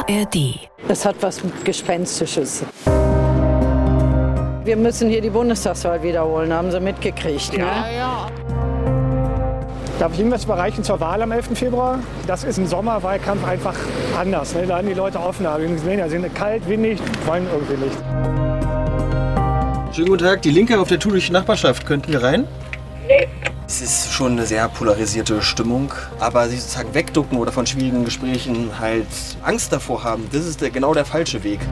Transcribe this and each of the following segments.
ARD. Das hat was Gespenstisches. Wir müssen hier die Bundestagswahl wiederholen, haben Sie mitgekriegt. Ne? Ja. Darf ich Ihnen was überreichen zur Wahl am 11. Februar? Das ist ein Sommerwahlkampf einfach anders. Ne? Da haben die Leute offener. Wir sehen, da sind kalt, windig, wollen irgendwie nicht. Schönen guten Tag, die Linke auf der Tour durch die Nachbarschaft. Könnten wir rein? Es ist schon eine sehr polarisierte Stimmung, aber sich sozusagen wegducken oder von schwierigen Gesprächen halt Angst davor haben, das ist genau der falsche Weg.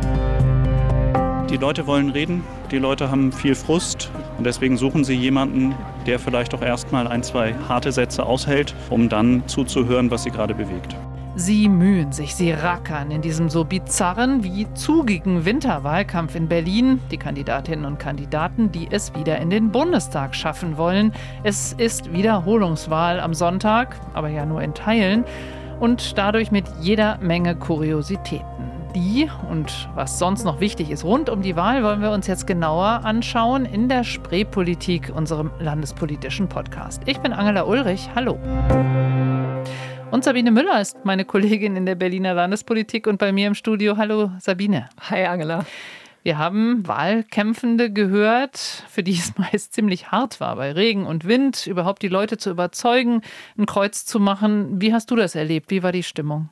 Die Leute wollen reden, die Leute haben viel Frust und deswegen suchen sie jemanden, der vielleicht auch erstmal ein, zwei harte Sätze aushält, um dann zuzuhören, was sie gerade bewegt. Sie mühen sich, sie rackern in diesem so bizarren wie zugigen Winterwahlkampf in Berlin. Die Kandidatinnen und Kandidaten, die es wieder in den Bundestag schaffen wollen. Es ist Wiederholungswahl am Sonntag, aber ja nur in Teilen und dadurch mit jeder Menge Kuriositäten. Die und was sonst noch wichtig ist rund um die Wahl, wollen wir uns jetzt genauer anschauen in der Spreepolitik, unserem landespolitischen Podcast. Ich bin Angela Ulrich, hallo. Und Sabine Müller ist meine Kollegin in der Berliner Landespolitik und bei mir im Studio. Hallo Sabine. Hi Angela. Wir haben Wahlkämpfende gehört, für die es meist ziemlich hart war, bei Regen und Wind, überhaupt die Leute zu überzeugen, ein Kreuz zu machen. Wie hast du das erlebt? Wie war die Stimmung?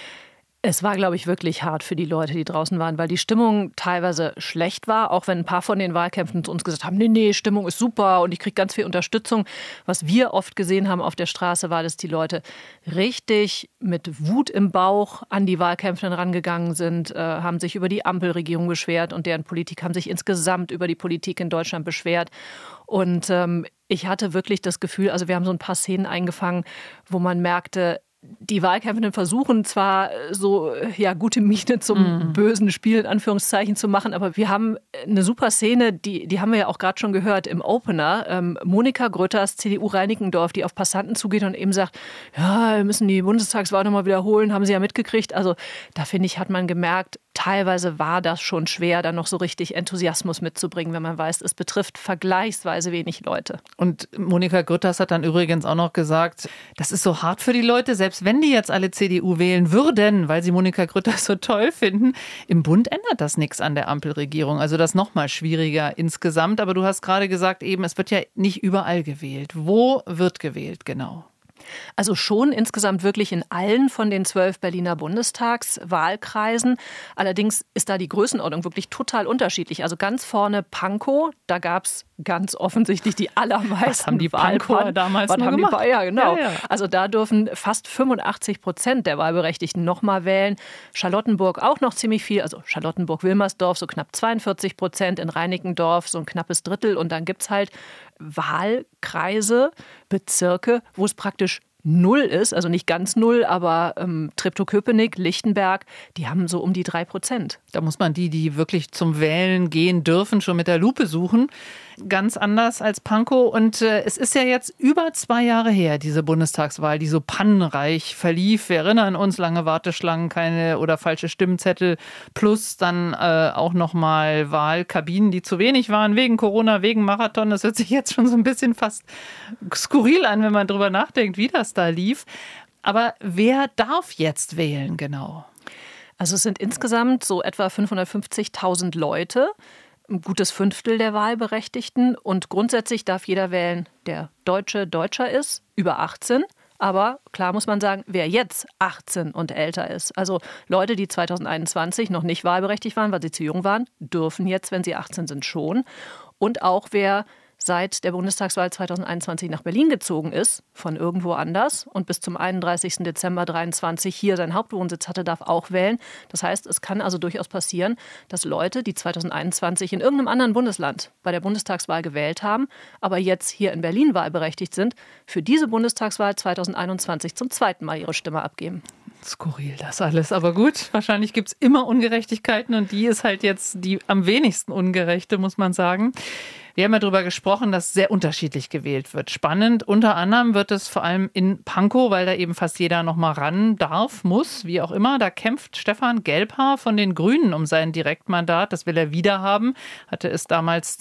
Es war, glaube ich, wirklich hart für die Leute, die draußen waren, weil die Stimmung teilweise schlecht war, auch wenn ein paar von den Wahlkämpfen zu uns gesagt haben, nee, Stimmung ist super und ich kriege ganz viel Unterstützung. Was wir oft gesehen haben auf der Straße war, dass die Leute richtig mit Wut im Bauch an die Wahlkämpfenden rangegangen sind, haben sich über die Ampelregierung beschwert und deren Politik haben sich insgesamt über die Politik in Deutschland beschwert. Und ich hatte wirklich das Gefühl, also wir haben so ein paar Szenen eingefangen, wo man merkte, die Wahlkämpfenden versuchen zwar so gute Miene zum bösen Spiel in Anführungszeichen zu machen, aber wir haben eine super Szene, die haben wir ja auch gerade schon gehört im Opener. Monika Grütters, CDU Reinickendorf, die auf Passanten zugeht und eben sagt, ja, wir müssen die Bundestagswahl nochmal wiederholen, haben sie ja mitgekriegt. Also da finde ich, hat man gemerkt, teilweise war das schon schwer, da noch so richtig Enthusiasmus mitzubringen, wenn man weiß, es betrifft vergleichsweise wenig Leute. Und Monika Grütters hat dann übrigens auch noch gesagt, das ist so hart für die Leute, selbst wenn die jetzt alle CDU wählen würden, weil sie Monika Grütters so toll finden. Im Bund ändert das nichts an der Ampelregierung. Also das noch mal schwieriger insgesamt. Aber du hast gerade gesagt, eben, es wird ja nicht überall gewählt. Wo wird gewählt genau? Also schon insgesamt wirklich in allen von den 12 Berliner Bundestagswahlkreisen. Allerdings ist da die Größenordnung wirklich total unterschiedlich. Also ganz vorne Pankow, da gab es ganz offensichtlich die allermeisten. Was haben die Pankower damals noch gemacht? Ja, genau. Ja. Also da dürfen fast 85% der Wahlberechtigten noch mal wählen. Charlottenburg auch noch ziemlich viel. Also Charlottenburg-Wilmersdorf so knapp 42%, in Reinickendorf so ein knappes Drittel. Und dann gibt es halt Wahlkreise, Bezirke, wo es praktisch null ist, also nicht ganz null, aber Treptow-Köpenick, Lichtenberg, die haben so um die 3%. Da muss man die wirklich zum Wählen gehen dürfen, schon mit der Lupe suchen. Ganz anders als Pankow. Und es ist ja jetzt über 2 Jahre her, diese Bundestagswahl, die so pannenreich verlief. Wir erinnern uns, lange Warteschlangen, keine oder falsche Stimmzettel, plus dann auch nochmal Wahlkabinen, die zu wenig waren, wegen Corona, wegen Marathon. Das hört sich jetzt schon so ein bisschen fast skurril an, wenn man drüber nachdenkt, wie das da lief. Aber wer darf jetzt wählen genau? Also es sind insgesamt so etwa 550.000 Leute. Ein gutes Fünftel der Wahlberechtigten. Und grundsätzlich darf jeder wählen, der Deutscher ist, über 18. Aber klar muss man sagen, wer jetzt 18 und älter ist, also Leute, die 2021 noch nicht wahlberechtigt waren, weil sie zu jung waren, dürfen jetzt, wenn sie 18 sind, schon. Und auch wer seit der Bundestagswahl 2021 nach Berlin gezogen ist, von irgendwo anders und bis zum 31. Dezember 2023 hier seinen Hauptwohnsitz hatte, darf auch wählen. Das heißt, es kann also durchaus passieren, dass Leute, die 2021 in irgendeinem anderen Bundesland bei der Bundestagswahl gewählt haben, aber jetzt hier in Berlin wahlberechtigt sind, für diese Bundestagswahl 2021 zum zweiten Mal ihre Stimme abgeben. Skurril das alles, aber gut, wahrscheinlich gibt es immer Ungerechtigkeiten und die ist halt jetzt die am wenigsten ungerechte, muss man sagen. Wir haben ja darüber gesprochen, dass sehr unterschiedlich gewählt wird. Spannend, unter anderem wird es vor allem in Pankow, weil da eben fast jeder noch mal ran darf, muss, wie auch immer. Da kämpft Stefan Gelbhaar von den Grünen um sein Direktmandat. Das will er wieder haben. Hatte es damals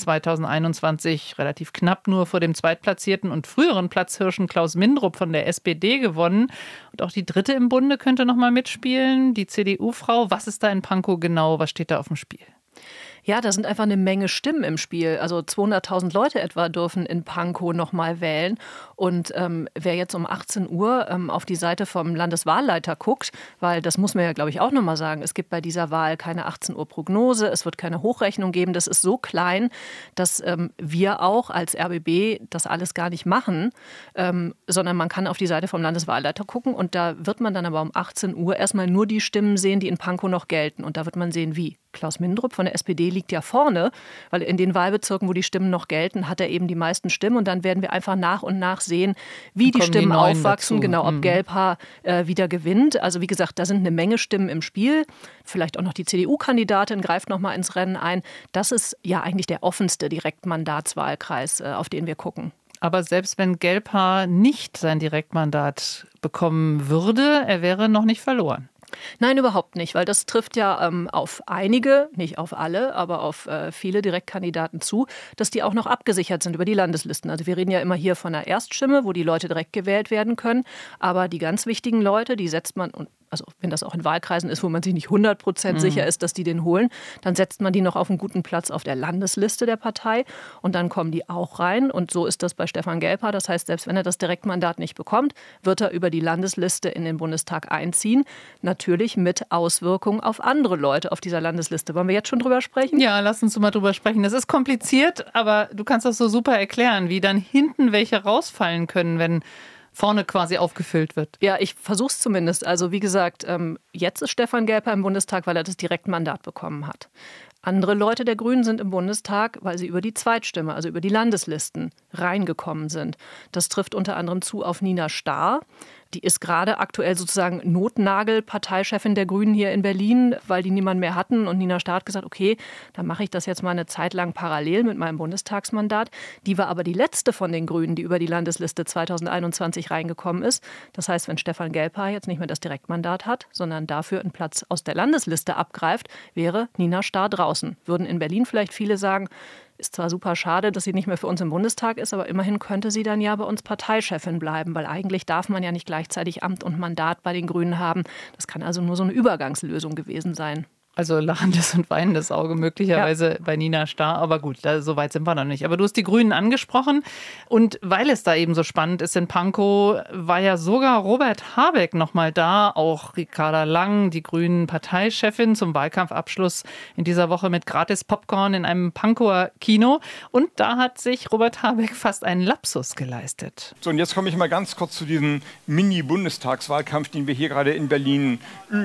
2021 relativ knapp nur vor dem zweitplatzierten und früheren Platzhirschen Klaus Mindrup von der SPD gewonnen. Und auch die dritte im Bunde könnte noch mal mitspielen, die CDU-Frau. Was ist da in Pankow genau? Was steht da auf dem Spiel? Ja, da sind einfach eine Menge Stimmen im Spiel. Also 200.000 Leute etwa dürfen in Pankow noch mal wählen. Und wer jetzt um 18 Uhr auf die Seite vom Landeswahlleiter guckt, weil das muss man ja, glaube ich, auch noch mal sagen, es gibt bei dieser Wahl keine 18 Uhr Prognose, es wird keine Hochrechnung geben. Das ist so klein, dass wir auch als RBB das alles gar nicht machen, sondern man kann auf die Seite vom Landeswahlleiter gucken und da wird man dann aber um 18 Uhr erstmal nur die Stimmen sehen, die in Pankow noch gelten. Und da wird man sehen, wie. Klaus Mindrup von der SPD liegt ja vorne, weil in den Wahlbezirken, wo die Stimmen noch gelten, hat er eben die meisten Stimmen. Und dann werden wir einfach nach und nach sehen, wie die Stimmen aufwachsen, genau, ob Gelbhaar wieder gewinnt. Also wie gesagt, da sind eine Menge Stimmen im Spiel. Vielleicht auch noch die CDU-Kandidatin greift noch mal ins Rennen ein. Das ist ja eigentlich der offenste Direktmandatswahlkreis, auf den wir gucken. Aber selbst wenn Gelbhaar nicht sein Direktmandat bekommen würde, er wäre noch nicht verloren. Nein, überhaupt nicht, weil das trifft ja auf einige, nicht auf alle, aber auf viele Direktkandidaten zu, dass die auch noch abgesichert sind über die Landeslisten. Also wir reden ja immer hier von einer Erststimme, wo die Leute direkt gewählt werden können, aber die ganz wichtigen Leute, die setzt man, also wenn das auch in Wahlkreisen ist, wo man sich nicht 100% sicher ist, dass die den holen, dann setzt man die noch auf einen guten Platz auf der Landesliste der Partei und dann kommen die auch rein. Und so ist das bei Stefan Gelbhaar. Das heißt, selbst wenn er das Direktmandat nicht bekommt, wird er über die Landesliste in den Bundestag einziehen. Natürlich mit Auswirkungen auf andere Leute auf dieser Landesliste. Wollen wir jetzt schon drüber sprechen? Ja, lass uns mal drüber sprechen. Das ist kompliziert, aber du kannst das so super erklären, wie dann hinten welche rausfallen können, wenn vorne quasi aufgefüllt wird. Ja, ich versuche es zumindest. Also wie gesagt, jetzt ist Stefan Gelbhaar im Bundestag, weil er das Direktmandat bekommen hat. Andere Leute der Grünen sind im Bundestag, weil sie über die Zweitstimme, also über die Landeslisten reingekommen sind. Das trifft unter anderem zu auf Nina Stahr. Die ist gerade aktuell sozusagen Notnagel-Parteichefin der Grünen hier in Berlin, weil die niemanden mehr hatten. Und Nina Stahr hat gesagt, okay, dann mache ich das jetzt mal eine Zeit lang parallel mit meinem Bundestagsmandat. Die war aber die letzte von den Grünen, die über die Landesliste 2021 reingekommen ist. Das heißt, wenn Stefan Gelbhaar jetzt nicht mehr das Direktmandat hat, sondern dafür einen Platz aus der Landesliste abgreift, wäre Nina Stahr draußen. Würden in Berlin vielleicht viele sagen, ist zwar super schade, dass sie nicht mehr für uns im Bundestag ist, aber immerhin könnte sie dann ja bei uns Parteichefin bleiben, weil eigentlich darf man ja nicht gleichzeitig Amt und Mandat bei den Grünen haben. Das kann also nur so eine Übergangslösung gewesen sein. Also lachendes und weinendes Auge möglicherweise bei Nina Stahr. Aber gut, so weit sind wir noch nicht. Aber du hast die Grünen angesprochen. Und weil es da eben so spannend ist in Pankow, war ja sogar Robert Habeck noch mal da. Auch Ricarda Lang, die Grünen-Parteichefin, zum Wahlkampfabschluss in dieser Woche mit gratis Popcorn in einem Pankower Kino. Und da hat sich Robert Habeck fast einen Lapsus geleistet. So, und jetzt komme ich mal ganz kurz zu diesem Mini-Bundestagswahlkampf, den wir hier gerade in Berlin,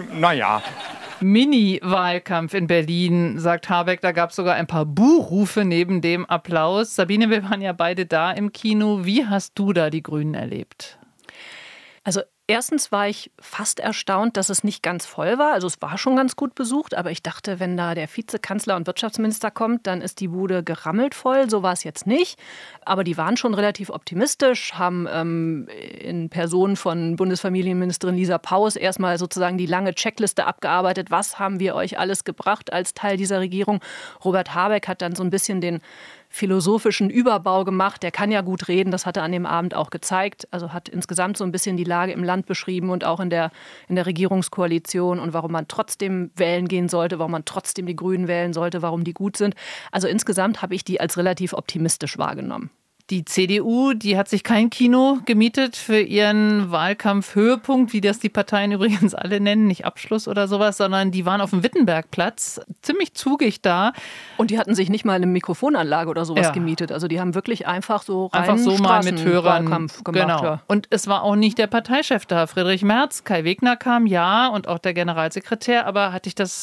Mini-Wahlkampf in Berlin, sagt Habeck. Da gab es sogar ein paar Buhrufe neben dem Applaus. Sabine, wir waren ja beide da im Kino. Wie hast du da die Grünen erlebt? Also erstens war ich fast erstaunt, dass es nicht ganz voll war. Also es war schon ganz gut besucht, aber ich dachte, wenn da der Vizekanzler und Wirtschaftsminister kommt, dann ist die Bude gerammelt voll. So war es jetzt nicht. Aber die waren schon relativ optimistisch, haben in Person von Bundesfamilienministerin Lisa Paus erstmal sozusagen die lange Checkliste abgearbeitet. Was haben wir euch alles gebracht als Teil dieser Regierung? Robert Habeck hat dann so ein bisschen den philosophischen Überbau gemacht. Der kann ja gut reden, das hat er an dem Abend auch gezeigt. Also hat insgesamt so ein bisschen die Lage im Land beschrieben und auch in der Regierungskoalition und warum man trotzdem wählen gehen sollte, warum man trotzdem die Grünen wählen sollte, warum die gut sind. Also insgesamt habe ich die als relativ optimistisch wahrgenommen. Die CDU, die hat sich kein Kino gemietet für ihren Wahlkampfhöhepunkt, wie das die Parteien übrigens alle nennen, nicht Abschluss oder sowas, sondern die waren auf dem Wittenbergplatz, ziemlich zugig da. Und die hatten sich nicht mal eine Mikrofonanlage oder sowas gemietet. Also die haben wirklich einfach so rein einfach so mal mit Hörern gemacht. Genau. Ja. Und es war auch nicht der Parteichef da, Friedrich Merz. Kai Wegner kam, ja, und auch der Generalsekretär. Aber hat dich das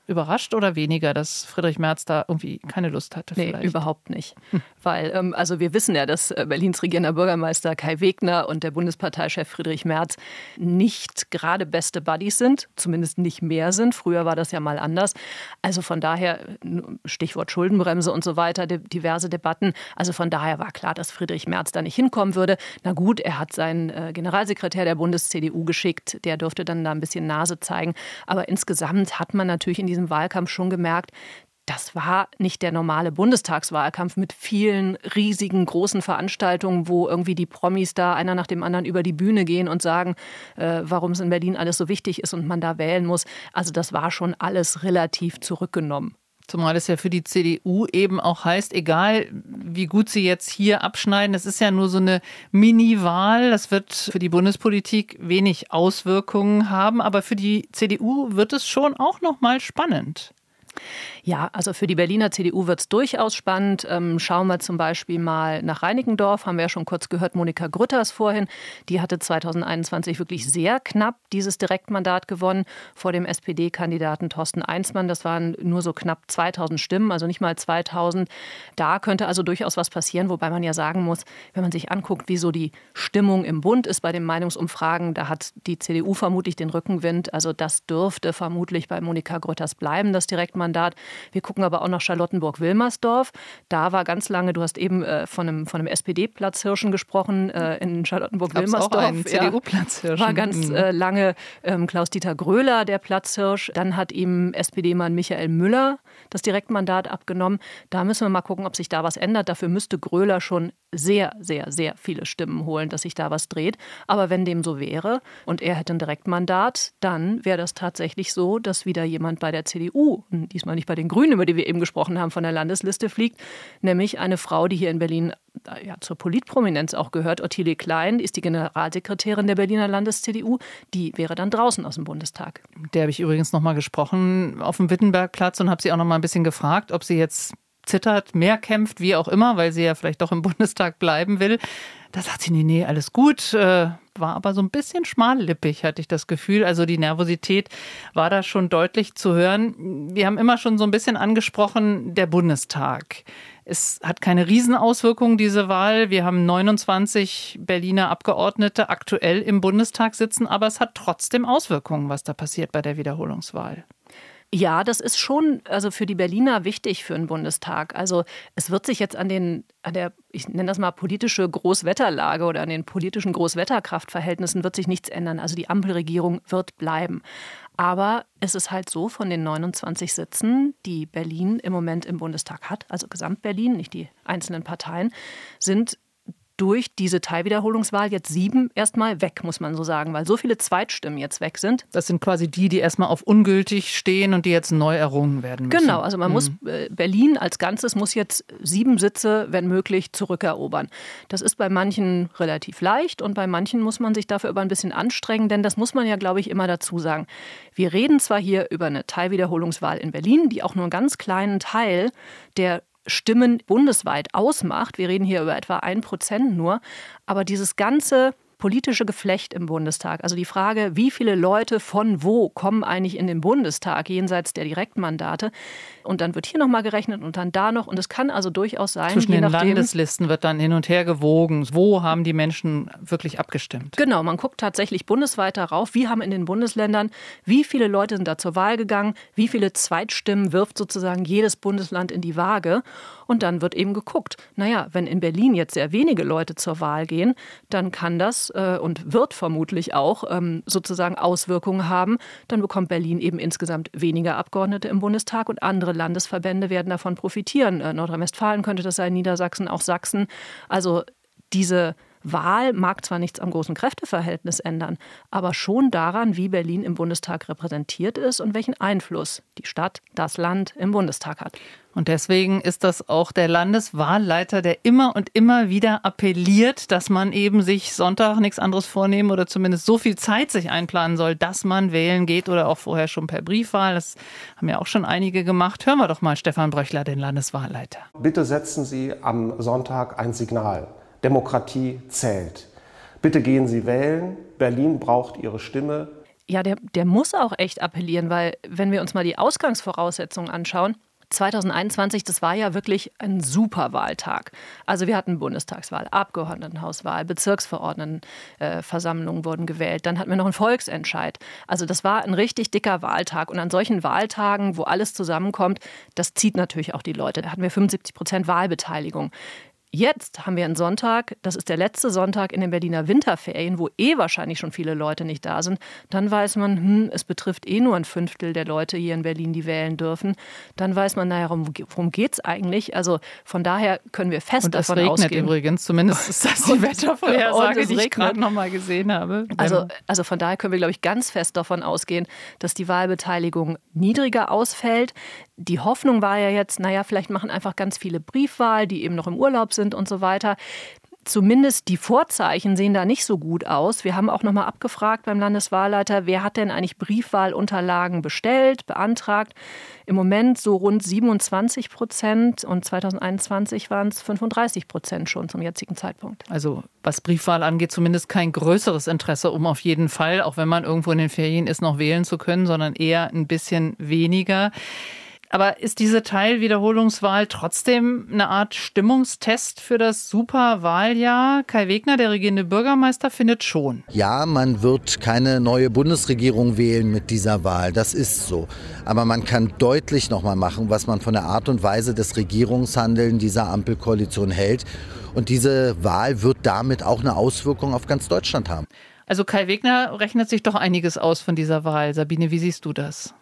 überrascht oder weniger, dass Friedrich Merz da irgendwie keine Lust hatte? Nee, überhaupt nicht. Weil, also wir wissen ja, dass Berlins regierender Bürgermeister Kai Wegner und der Bundesparteichef Friedrich Merz nicht gerade beste Buddies sind, zumindest nicht mehr sind. Früher war das ja mal anders. Also von daher, Stichwort Schuldenbremse und so weiter, diverse Debatten. Also von daher war klar, dass Friedrich Merz da nicht hinkommen würde. Na gut, er hat seinen Generalsekretär der Bundes-CDU geschickt. Der durfte dann da ein bisschen Nase zeigen. Aber insgesamt hat man natürlich in diesem Wahlkampf schon gemerkt, das war nicht der normale Bundestagswahlkampf mit vielen riesigen, großen Veranstaltungen, wo irgendwie die Promis da einer nach dem anderen über die Bühne gehen und sagen, warum es in Berlin alles so wichtig ist und man da wählen muss. Also das war schon alles relativ zurückgenommen. Zumal es ja für die CDU eben auch heißt, egal wie gut sie jetzt hier abschneiden, es ist ja nur so eine Mini-Wahl. Das wird für die Bundespolitik wenig Auswirkungen haben. Aber für die CDU wird es schon auch noch mal spannend. Ja, also für die Berliner CDU wird es durchaus spannend. Schauen wir zum Beispiel mal nach Reinickendorf. Haben wir ja schon kurz gehört, Monika Grütters vorhin. Die hatte 2021 wirklich sehr knapp dieses Direktmandat gewonnen vor dem SPD-Kandidaten Thorsten Einsmann. Das waren nur so knapp 2000 Stimmen, also nicht mal 2000. Da könnte also durchaus was passieren, wobei man ja sagen muss, wenn man sich anguckt, wie so die Stimmung im Bund ist bei den Meinungsumfragen, da hat die CDU vermutlich den Rückenwind. Also das dürfte vermutlich bei Monika Grütters bleiben, das Direktmandat. Wir gucken aber auch nach Charlottenburg-Wilmersdorf. Da war ganz lange, du hast eben von einem SPD-Platzhirschen gesprochen, in Charlottenburg-Wilmersdorf. Auch einen CDU-Platzhirschen. War ganz lange Klaus-Dieter Gröler der Platzhirsch. Dann hat ihm SPD-Mann Michael Müller das Direktmandat abgenommen. Da müssen wir mal gucken, ob sich da was ändert. Dafür müsste Gröler schon sehr, sehr, sehr viele Stimmen holen, dass sich da was dreht. Aber wenn dem so wäre und er hätte ein Direktmandat, dann wäre das tatsächlich so, dass wieder jemand bei der CDU, diesmal nicht bei den Grünen, über die wir eben gesprochen haben, von der Landesliste fliegt, nämlich eine Frau, die hier in Berlin zur Politprominenz auch gehört, Ottilie Klein, ist die Generalsekretärin der Berliner Landes-CDU, die wäre dann draußen aus dem Bundestag. Der habe ich übrigens noch mal gesprochen auf dem Wittenbergplatz und habe sie auch noch mal ein bisschen gefragt, ob sie jetzt zittert, mehr kämpft, wie auch immer, weil sie ja vielleicht doch im Bundestag bleiben will. Da sagt sie, nee, alles gut. War aber so ein bisschen schmallippig, hatte ich das Gefühl. Also die Nervosität war da schon deutlich zu hören. Wir haben immer schon so ein bisschen angesprochen, der Bundestag. Es hat keine Riesenauswirkungen, diese Wahl. Wir haben 29 Berliner Abgeordnete aktuell im Bundestag sitzen, aber es hat trotzdem Auswirkungen, was da passiert bei der Wiederholungswahl. Ja, das ist schon also für die Berliner wichtig für den Bundestag. Also es wird sich jetzt an der, ich nenne das mal politische Großwetterlage oder an den politischen Großwetterkraftverhältnissen wird sich nichts ändern. Also die Ampelregierung wird bleiben. Aber es ist halt so, von den 29 Sitzen, die Berlin im Moment im Bundestag hat, also Gesamt-Berlin, nicht die einzelnen Parteien, sind durch diese Teilwiederholungswahl jetzt 7 erstmal weg, muss man so sagen, weil so viele Zweitstimmen jetzt weg sind. Das sind quasi die erstmal auf ungültig stehen und die jetzt neu errungen werden müssen. Genau, also man muss, Berlin als Ganzes muss jetzt 7 Sitze, wenn möglich, zurückerobern. Das ist bei manchen relativ leicht und bei manchen muss man sich dafür aber ein bisschen anstrengen, denn das muss man ja, glaube ich, immer dazu sagen. Wir reden zwar hier über eine Teilwiederholungswahl in Berlin, die auch nur einen ganz kleinen Teil der Stimmen bundesweit ausmacht. Wir reden hier über etwa 1% nur. Aber dieses ganze politische Geflecht im Bundestag, also die Frage, wie viele Leute von wo kommen eigentlich in den Bundestag, jenseits der Direktmandate. Und dann wird hier nochmal gerechnet und dann da noch. Und es kann also durchaus sein, zwischen je den nachdem, Landeslisten wird dann hin und her gewogen. Wo haben die Menschen wirklich abgestimmt? Genau, man guckt tatsächlich bundesweit darauf, wie haben in den Bundesländern, wie viele Leute sind da zur Wahl gegangen, wie viele Zweitstimmen wirft sozusagen jedes Bundesland in die Waage. Und dann wird eben geguckt, naja, wenn in Berlin jetzt sehr wenige Leute zur Wahl gehen, dann kann das und wird vermutlich auch sozusagen Auswirkungen haben. Dann bekommt Berlin eben insgesamt weniger Abgeordnete im Bundestag und andere Landesverbände werden davon profitieren. Nordrhein-Westfalen könnte das sein, Niedersachsen, auch Sachsen. Also diese Wahl mag zwar nichts am großen Kräfteverhältnis ändern, aber schon daran, wie Berlin im Bundestag repräsentiert ist und welchen Einfluss die Stadt, das Land im Bundestag hat. Und deswegen ist das auch der Landeswahlleiter, der immer und immer wieder appelliert, dass man eben sich Sonntag nichts anderes vornehmen oder zumindest so viel Zeit sich einplanen soll, dass man wählen geht oder auch vorher schon per Briefwahl. Das haben ja auch schon einige gemacht. Hören wir doch mal Stefan Bröchler, den Landeswahlleiter. Bitte setzen Sie am Sonntag ein Signal. Demokratie zählt. Bitte gehen Sie wählen. Berlin braucht Ihre Stimme. Ja, der muss auch echt appellieren, weil wenn wir uns mal die Ausgangsvoraussetzungen anschauen, 2021, das war ja wirklich ein super Wahltag. Also wir hatten Bundestagswahl, Abgeordnetenhauswahl, Bezirksverordnetenversammlungen wurden gewählt. Dann hatten wir noch einen Volksentscheid. Also das war ein richtig dicker Wahltag. Und an solchen Wahltagen, wo alles zusammenkommt, das zieht natürlich auch die Leute. Da hatten wir 75% Wahlbeteiligung. Jetzt haben wir einen Sonntag, das ist der letzte Sonntag in den Berliner Winterferien, wo wahrscheinlich schon viele Leute nicht da sind. Dann weiß man, es betrifft nur ein Fünftel der Leute hier in Berlin, die wählen dürfen. Dann weiß man, worum geht es eigentlich? Also von daher können wir fest davon ausgehen. Und es regnet übrigens, zumindest ist das die Wettervorhersage, die ich gerade noch mal gesehen habe. Also von daher können wir, glaube ich, ganz fest davon ausgehen, dass die Wahlbeteiligung niedriger ausfällt. Die Hoffnung war ja jetzt, vielleicht machen einfach ganz viele Briefwahl, die eben noch im Urlaub sind und so weiter. Zumindest die Vorzeichen sehen da nicht so gut aus. Wir haben auch noch mal abgefragt beim Landeswahlleiter, wer hat denn eigentlich Briefwahlunterlagen bestellt, beantragt. Im Moment so rund 27% und 2021 waren es 35% schon zum jetzigen Zeitpunkt. Also was Briefwahl angeht, zumindest kein größeres Interesse, auf jeden Fall, auch wenn man irgendwo in den Ferien ist, noch wählen zu können, sondern eher ein bisschen weniger. Aber ist diese Teilwiederholungswahl trotzdem eine Art Stimmungstest für das Superwahljahr? Kai Wegner, der regierende Bürgermeister, findet schon. Ja, man wird keine neue Bundesregierung wählen mit dieser Wahl. Das ist so. Aber man kann deutlich nochmal machen, was man von der Art und Weise des Regierungshandelns dieser Ampelkoalition hält. Und diese Wahl wird damit auch eine Auswirkung auf ganz Deutschland haben. Also Kai Wegner rechnet sich doch einiges aus von dieser Wahl. Sabine, wie siehst du das?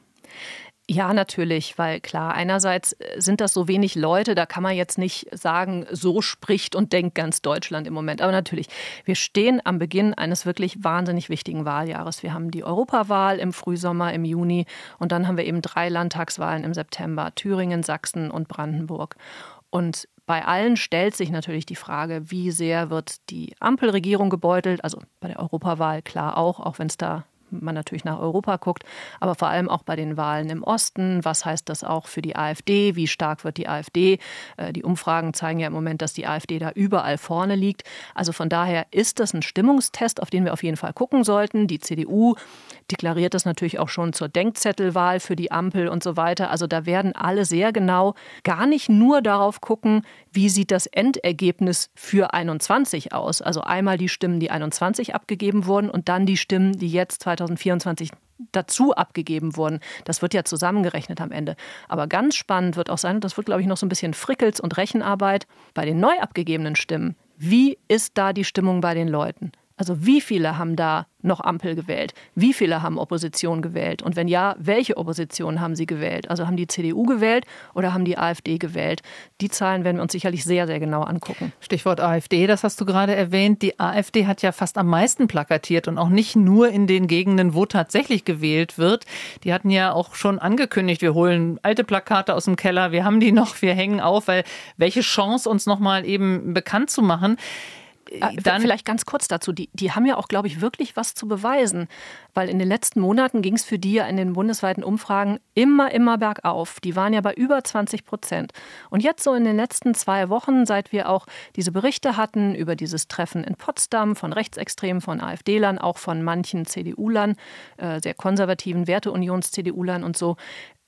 Ja, natürlich, weil klar, einerseits sind das so wenig Leute, da kann man jetzt nicht sagen, so spricht und denkt ganz Deutschland im Moment. Aber natürlich, wir stehen am Beginn eines wirklich wahnsinnig wichtigen Wahljahres. Wir haben die Europawahl im Frühsommer, im Juni und dann haben wir eben 3 Landtagswahlen im September, Thüringen, Sachsen und Brandenburg. Und bei allen stellt sich natürlich die Frage, wie sehr wird die Ampelregierung gebeutelt, also bei der Europawahl klar auch wenn es da man natürlich nach Europa guckt, aber vor allem auch bei den Wahlen im Osten. Was heißt das auch für die AfD? Wie stark wird die AfD? Die Umfragen zeigen ja im Moment, dass die AfD da überall vorne liegt. Also von daher ist das ein Stimmungstest, auf den wir auf jeden Fall gucken sollten. Die CDU deklariert das natürlich auch schon zur Denkzettelwahl für die Ampel und so weiter. Also da werden alle sehr genau gar nicht nur darauf gucken, wie sieht das Endergebnis für 21 aus. Also einmal die Stimmen, die 21 abgegeben wurden und dann die Stimmen, die jetzt 2024 dazu abgegeben wurden. Das wird ja zusammengerechnet am Ende. Aber ganz spannend wird auch sein, das wird, glaube ich, noch so ein bisschen Frickels und Rechenarbeit bei den neu abgegebenen Stimmen. Wie ist da die Stimmung bei den Leuten? Also wie viele haben da noch Ampel gewählt? Wie viele haben Opposition gewählt? Und wenn ja, welche Opposition haben sie gewählt? Also haben die CDU gewählt oder haben die AfD gewählt? Die Zahlen werden wir uns sicherlich sehr, sehr genau angucken. Stichwort AfD, das hast du gerade erwähnt. Die AfD hat ja fast am meisten plakatiert und auch nicht nur in den Gegenden, wo tatsächlich gewählt wird. Die hatten ja auch schon angekündigt, wir holen alte Plakate aus dem Keller, wir haben die noch, wir hängen auf, weil welche Chance uns noch mal eben bekannt zu machen. Dann vielleicht ganz kurz dazu, die haben ja auch, glaube ich, wirklich was zu beweisen, weil in den letzten Monaten ging es für die ja in den bundesweiten Umfragen immer bergauf. Die waren ja bei über 20%. Und jetzt so in den letzten 2 Wochen, seit wir auch diese Berichte hatten über dieses Treffen in Potsdam von Rechtsextremen, von AfD-Lern, auch von manchen CDU-Lern, sehr konservativen Werteunions-CDU-Lern und so,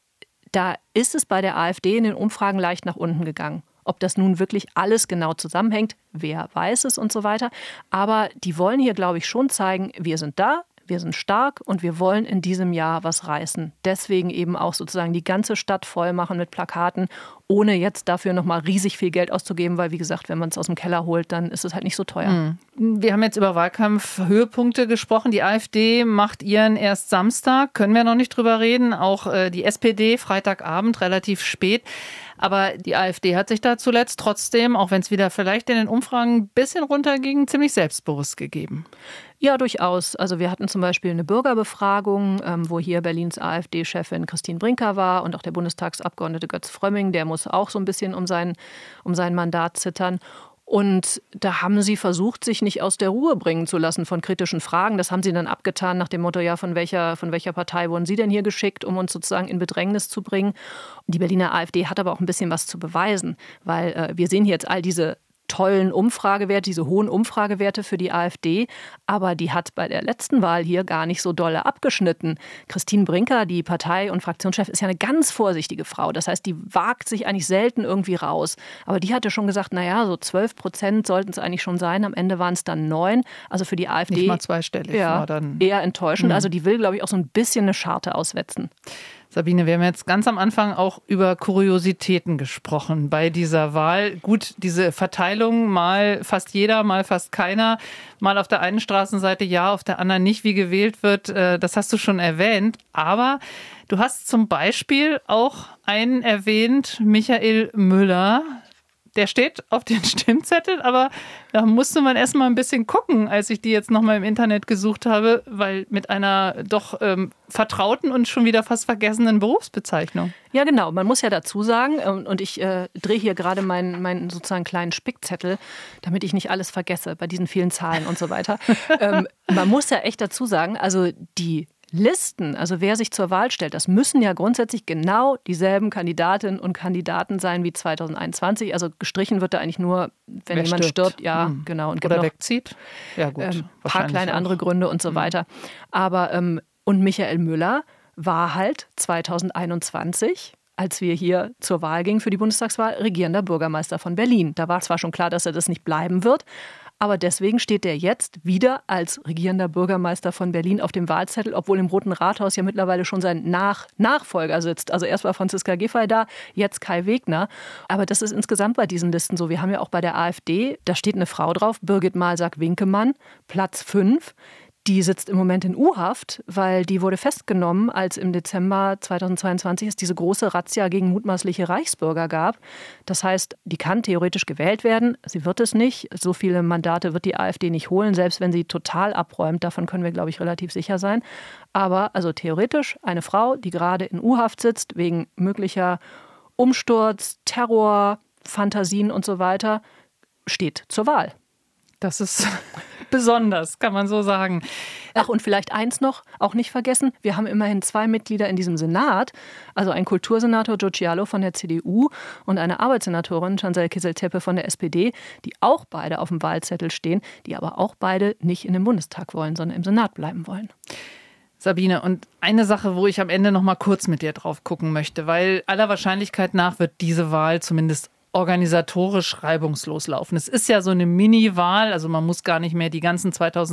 da ist es bei der AfD in den Umfragen leicht nach unten gegangen. Ob das nun wirklich alles genau zusammenhängt, wer weiß es und so weiter. Aber die wollen hier, glaube ich, schon zeigen, wir sind da, wir sind stark und wir wollen in diesem Jahr was reißen. Deswegen eben auch sozusagen die ganze Stadt voll machen mit Plakaten, ohne jetzt dafür nochmal riesig viel Geld auszugeben, weil wie gesagt, wenn man es aus dem Keller holt, dann ist es halt nicht so teuer. Wir haben jetzt über Wahlkampfhöhepunkte gesprochen. Die AfD macht ihren erst Samstag, können wir noch nicht drüber reden. Auch die SPD Freitagabend, relativ spät. Aber die AfD hat sich da zuletzt trotzdem, auch wenn es wieder vielleicht in den Umfragen ein bisschen runterging, ziemlich selbstbewusst gegeben. Ja, durchaus. Also wir hatten zum Beispiel eine Bürgerbefragung, wo hier Berlins AfD-Chefin Christine Brinker war und auch der Bundestagsabgeordnete Götz Frömming, der muss auch so ein bisschen um sein Mandat zittern. Und da haben sie versucht, sich nicht aus der Ruhe bringen zu lassen von kritischen Fragen. Das haben sie dann abgetan nach dem Motto, ja, von welcher Partei wurden Sie denn hier geschickt, um uns sozusagen in Bedrängnis zu bringen. Die Berliner AfD hat aber auch ein bisschen was zu beweisen, weil wir sehen hier jetzt all diese tollen Umfragewerte, diese hohen Umfragewerte für die AfD. Aber die hat bei der letzten Wahl hier gar nicht so dolle abgeschnitten. Christine Brinker, die Partei- und Fraktionschef, ist ja eine ganz vorsichtige Frau. Das heißt, die wagt sich eigentlich selten irgendwie raus. Aber die hatte schon gesagt, naja, so 12% sollten es eigentlich schon sein. Am Ende waren es dann 9. Also für die AfD nicht mal zweistellig. Ja, eher enttäuschend. Also die will, glaube ich, auch so ein bisschen eine Scharte auswetzen. Sabine, wir haben jetzt ganz am Anfang auch über Kuriositäten gesprochen bei dieser Wahl. Gut, diese Verteilung, mal fast jeder, mal fast keiner, mal auf der einen Straßenseite ja, auf der anderen nicht, wie gewählt wird, das hast du schon erwähnt. Aber du hast zum Beispiel auch einen erwähnt, Michael Müller. Der steht auf den Stimmzetteln, aber da musste man erst mal ein bisschen gucken, als ich die jetzt noch mal im Internet gesucht habe, weil mit einer doch vertrauten und schon wieder fast vergessenen Berufsbezeichnung. Ja, genau. Man muss ja dazu sagen, und ich drehe hier gerade meinen sozusagen kleinen Spickzettel, damit ich nicht alles vergesse bei diesen vielen Zahlen und so weiter. Man muss ja echt dazu sagen, also die Listen, also wer sich zur Wahl stellt, das müssen ja grundsätzlich genau dieselben Kandidatinnen und Kandidaten sein wie 2021. Also gestrichen wird da eigentlich nur, wenn jemand stirbt. Ja, genau. Und oder wegzieht. Ja, gut. Ein paar kleine andere Gründe und so weiter. Aber, und Michael Müller war halt 2021, als wir hier zur Wahl gingen für die Bundestagswahl, regierender Bürgermeister von Berlin. Da war zwar schon klar, dass er das nicht bleiben wird, aber deswegen steht er jetzt wieder als regierender Bürgermeister von Berlin auf dem Wahlzettel, obwohl im Roten Rathaus ja mittlerweile schon sein Nachfolger sitzt. Also erst war Franziska Giffey da, jetzt Kai Wegner. Aber das ist insgesamt bei diesen Listen so. Wir haben ja auch bei der AfD, da steht eine Frau drauf, Birgit Malsack-Winkemann, Platz 5. Die sitzt im Moment in U-Haft, weil die wurde festgenommen, als im Dezember 2022 es diese große Razzia gegen mutmaßliche Reichsbürger gab. Das heißt, die kann theoretisch gewählt werden. Sie wird es nicht. So viele Mandate wird die AfD nicht holen, selbst wenn sie total abräumt. Davon können wir, glaube ich, relativ sicher sein. Aber also theoretisch eine Frau, die gerade in U-Haft sitzt, wegen möglicher Umsturz, Terror, Fantasien und so weiter, steht zur Wahl. Das ist besonders, kann man so sagen. Ach, und vielleicht eins noch, auch nicht vergessen, wir haben immerhin 2 Mitglieder in diesem Senat, also ein Kultursenator Giugiaro von der CDU und eine Arbeitssenatorin Cansel Kizil-Tepe von der SPD, die auch beide auf dem Wahlzettel stehen, die aber auch beide nicht in den Bundestag wollen, sondern im Senat bleiben wollen. Sabine, und eine Sache, wo ich am Ende noch mal kurz mit dir drauf gucken möchte, weil aller Wahrscheinlichkeit nach wird diese Wahl zumindest organisatorisch reibungslos laufen. Es ist ja so eine Mini-Wahl, also man muss gar nicht mehr die ganzen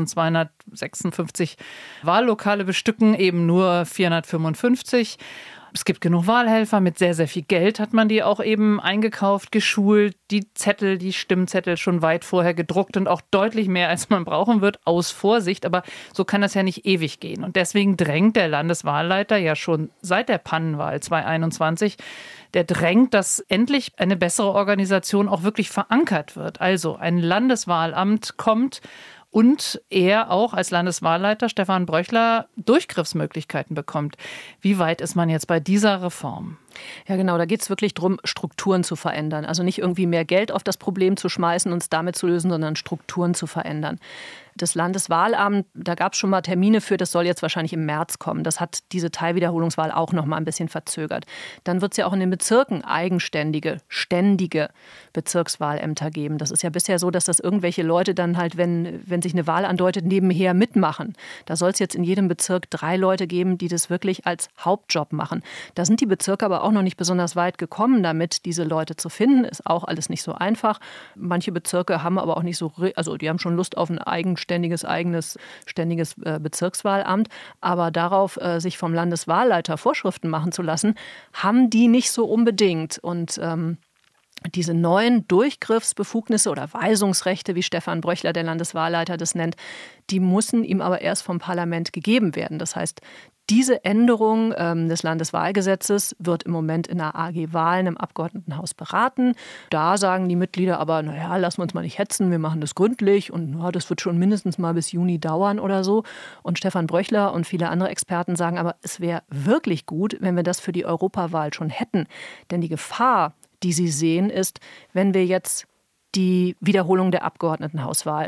2256 Wahllokale bestücken, eben nur 455. Es gibt genug Wahlhelfer, mit sehr, sehr viel Geld hat man die auch eben eingekauft, geschult, die Zettel, die Stimmzettel schon weit vorher gedruckt und auch deutlich mehr, als man brauchen wird, aus Vorsicht. Aber so kann das ja nicht ewig gehen. Und deswegen drängt der Landeswahlleiter ja schon seit der Pannenwahl 2021, der drängt, dass endlich eine bessere Organisation auch wirklich verankert wird. Also ein Landeswahlamt kommt und er auch als Landeswahlleiter, Stefan Bröchler, Durchgriffsmöglichkeiten bekommt. Wie weit ist man jetzt bei dieser Reform? Ja, genau, da geht es wirklich darum, Strukturen zu verändern. Also nicht irgendwie mehr Geld auf das Problem zu schmeißen und es damit zu lösen, sondern Strukturen zu verändern. Das Landeswahlamt, da gab es schon mal Termine für, das soll jetzt wahrscheinlich im März kommen. Das hat diese Teilwiederholungswahl auch noch mal ein bisschen verzögert. Dann wird es ja auch in den Bezirken eigenständige, ständige Bezirkswahlämter geben. Das ist ja bisher so, dass das irgendwelche Leute dann halt, wenn sich eine Wahl andeutet, nebenher mitmachen. Da soll es jetzt in jedem Bezirk 3 Leute geben, die das wirklich als Hauptjob machen. Da sind die Bezirke aber auch noch nicht besonders weit gekommen damit, diese Leute zu finden. Ist auch alles nicht so einfach. Manche Bezirke haben aber auch nicht so, also die haben schon Lust auf ein ständiges Bezirkswahlamt. Aber darauf, sich vom Landeswahlleiter Vorschriften machen zu lassen, haben die nicht so unbedingt. Und diese neuen Durchgriffsbefugnisse oder Weisungsrechte, wie Stefan Bröchler, der Landeswahlleiter, das nennt, die müssen ihm aber erst vom Parlament gegeben werden. Das heißt, diese Änderung des Landeswahlgesetzes wird im Moment in der AG Wahlen im Abgeordnetenhaus beraten. Da sagen die Mitglieder aber, naja, lassen wir uns mal nicht hetzen, wir machen das gründlich und ja, das wird schon mindestens mal bis Juni dauern oder so. Und Stefan Bröchler und viele andere Experten sagen aber, es wäre wirklich gut, wenn wir das für die Europawahl schon hätten. Denn die Gefahr, die sie sehen, ist, wenn wir jetzt die Wiederholung der Abgeordnetenhauswahl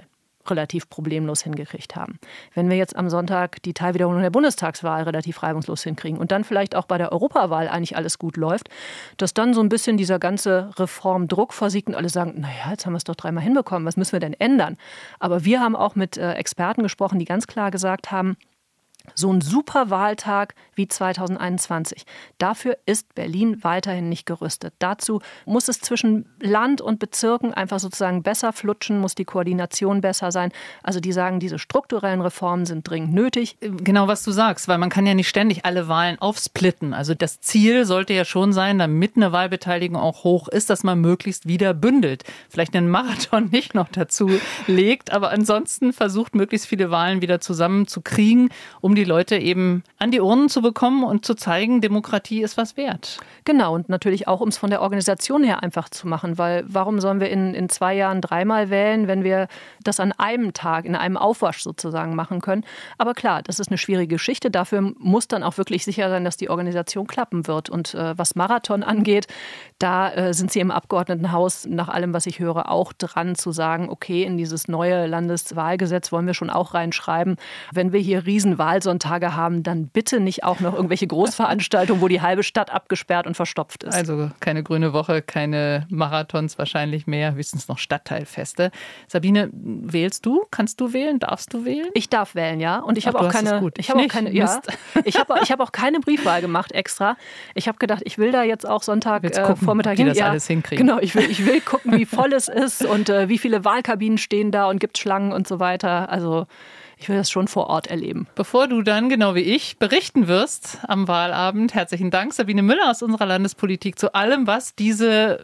relativ problemlos hingekriegt haben. Wenn wir jetzt am Sonntag die Teilwiederholung der Bundestagswahl relativ reibungslos hinkriegen und dann vielleicht auch bei der Europawahl eigentlich alles gut läuft, dass dann so ein bisschen dieser ganze Reformdruck versiegt und alle sagen, naja, jetzt haben wir es doch 3-mal hinbekommen, was müssen wir denn ändern? Aber wir haben auch mit Experten gesprochen, die ganz klar gesagt haben, so ein super Wahltag wie 2021. Dafür ist Berlin weiterhin nicht gerüstet. Dazu muss es zwischen Land und Bezirken einfach sozusagen besser flutschen, muss die Koordination besser sein. Also die sagen, diese strukturellen Reformen sind dringend nötig. Genau, was du sagst, weil man kann ja nicht ständig alle Wahlen aufsplitten. Also das Ziel sollte ja schon sein, damit eine Wahlbeteiligung auch hoch ist, dass man möglichst wieder bündelt. Vielleicht einen Marathon nicht noch dazu legt, aber ansonsten versucht, möglichst viele Wahlen wieder zusammenzukriegen, um die Leute eben an die Urnen zu bekommen und zu zeigen, Demokratie ist was wert. Genau, und natürlich auch, um es von der Organisation her einfach zu machen, weil warum sollen wir in 2 Jahren 3-mal wählen, wenn wir das an einem Tag, in einem Aufwasch sozusagen machen können. Aber klar, das ist eine schwierige Geschichte. Dafür muss dann auch wirklich sicher sein, dass die Organisation klappen wird. Und was Marathon angeht, da sind Sie im Abgeordnetenhaus nach allem, was ich höre, auch dran zu sagen, okay, in dieses neue Landeswahlgesetz wollen wir schon auch reinschreiben, wenn wir hier Riesenwahlsonntage haben, dann bitte nicht auch noch irgendwelche Großveranstaltungen, wo die halbe Stadt abgesperrt und verstopft ist. Also keine grüne Woche, keine Marathons, wahrscheinlich mehr, höchstens noch Stadtteilfeste. Sabine, wählst du? Kannst du wählen? Darfst du wählen? Ich darf wählen, ja. Und ich habe auch keine, ich habe auch keine Briefwahl gemacht extra. Ich habe gedacht, ich will da jetzt auch Sonntag Vormittag hin. Das alles hinkriegen. Genau, ich will gucken, wie voll es ist und wie viele Wahlkabinen stehen da und gibt Schlangen und so weiter. Also ich will das schon vor Ort erleben. Bevor du dann, genau wie ich, berichten wirst am Wahlabend, herzlichen Dank, Sabine Müller aus unserer Landespolitik, zu allem, was diese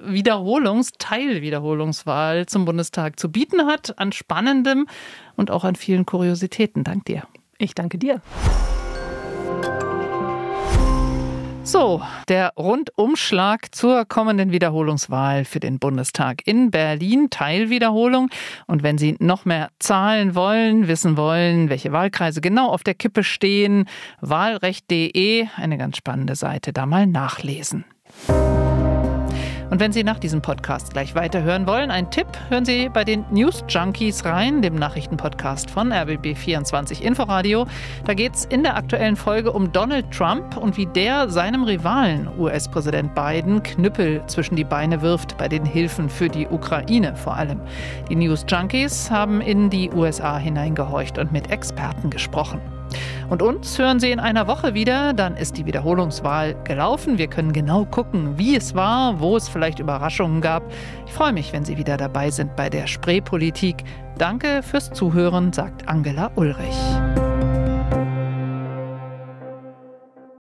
Teilwiederholungswahl zum Bundestag zu bieten hat, an Spannendem und auch an vielen Kuriositäten. Dank dir. Ich danke dir. So, der Rundumschlag zur kommenden Wiederholungswahl für den Bundestag in Berlin, Teilwiederholung. Und wenn Sie noch mehr Zahlen wollen, wissen wollen, welche Wahlkreise genau auf der Kippe stehen, wahlrecht.de, eine ganz spannende Seite, da mal nachlesen. Und wenn Sie nach diesem Podcast gleich weiterhören wollen, ein Tipp, hören Sie bei den News Junkies rein, dem Nachrichtenpodcast von RBB24 Inforadio. Da geht es in der aktuellen Folge um Donald Trump und wie der seinem Rivalen, US-Präsident Biden, Knüppel zwischen die Beine wirft bei den Hilfen für die Ukraine vor allem. Die News Junkies haben in die USA hineingehorcht und mit Experten gesprochen. Und uns hören Sie in einer Woche wieder, dann ist die Wiederholungswahl gelaufen. Wir können genau gucken, wie es war, wo es vielleicht Überraschungen gab. Ich freue mich, wenn Sie wieder dabei sind bei der Spreepolitik. Danke fürs Zuhören, sagt Angela Ulrich.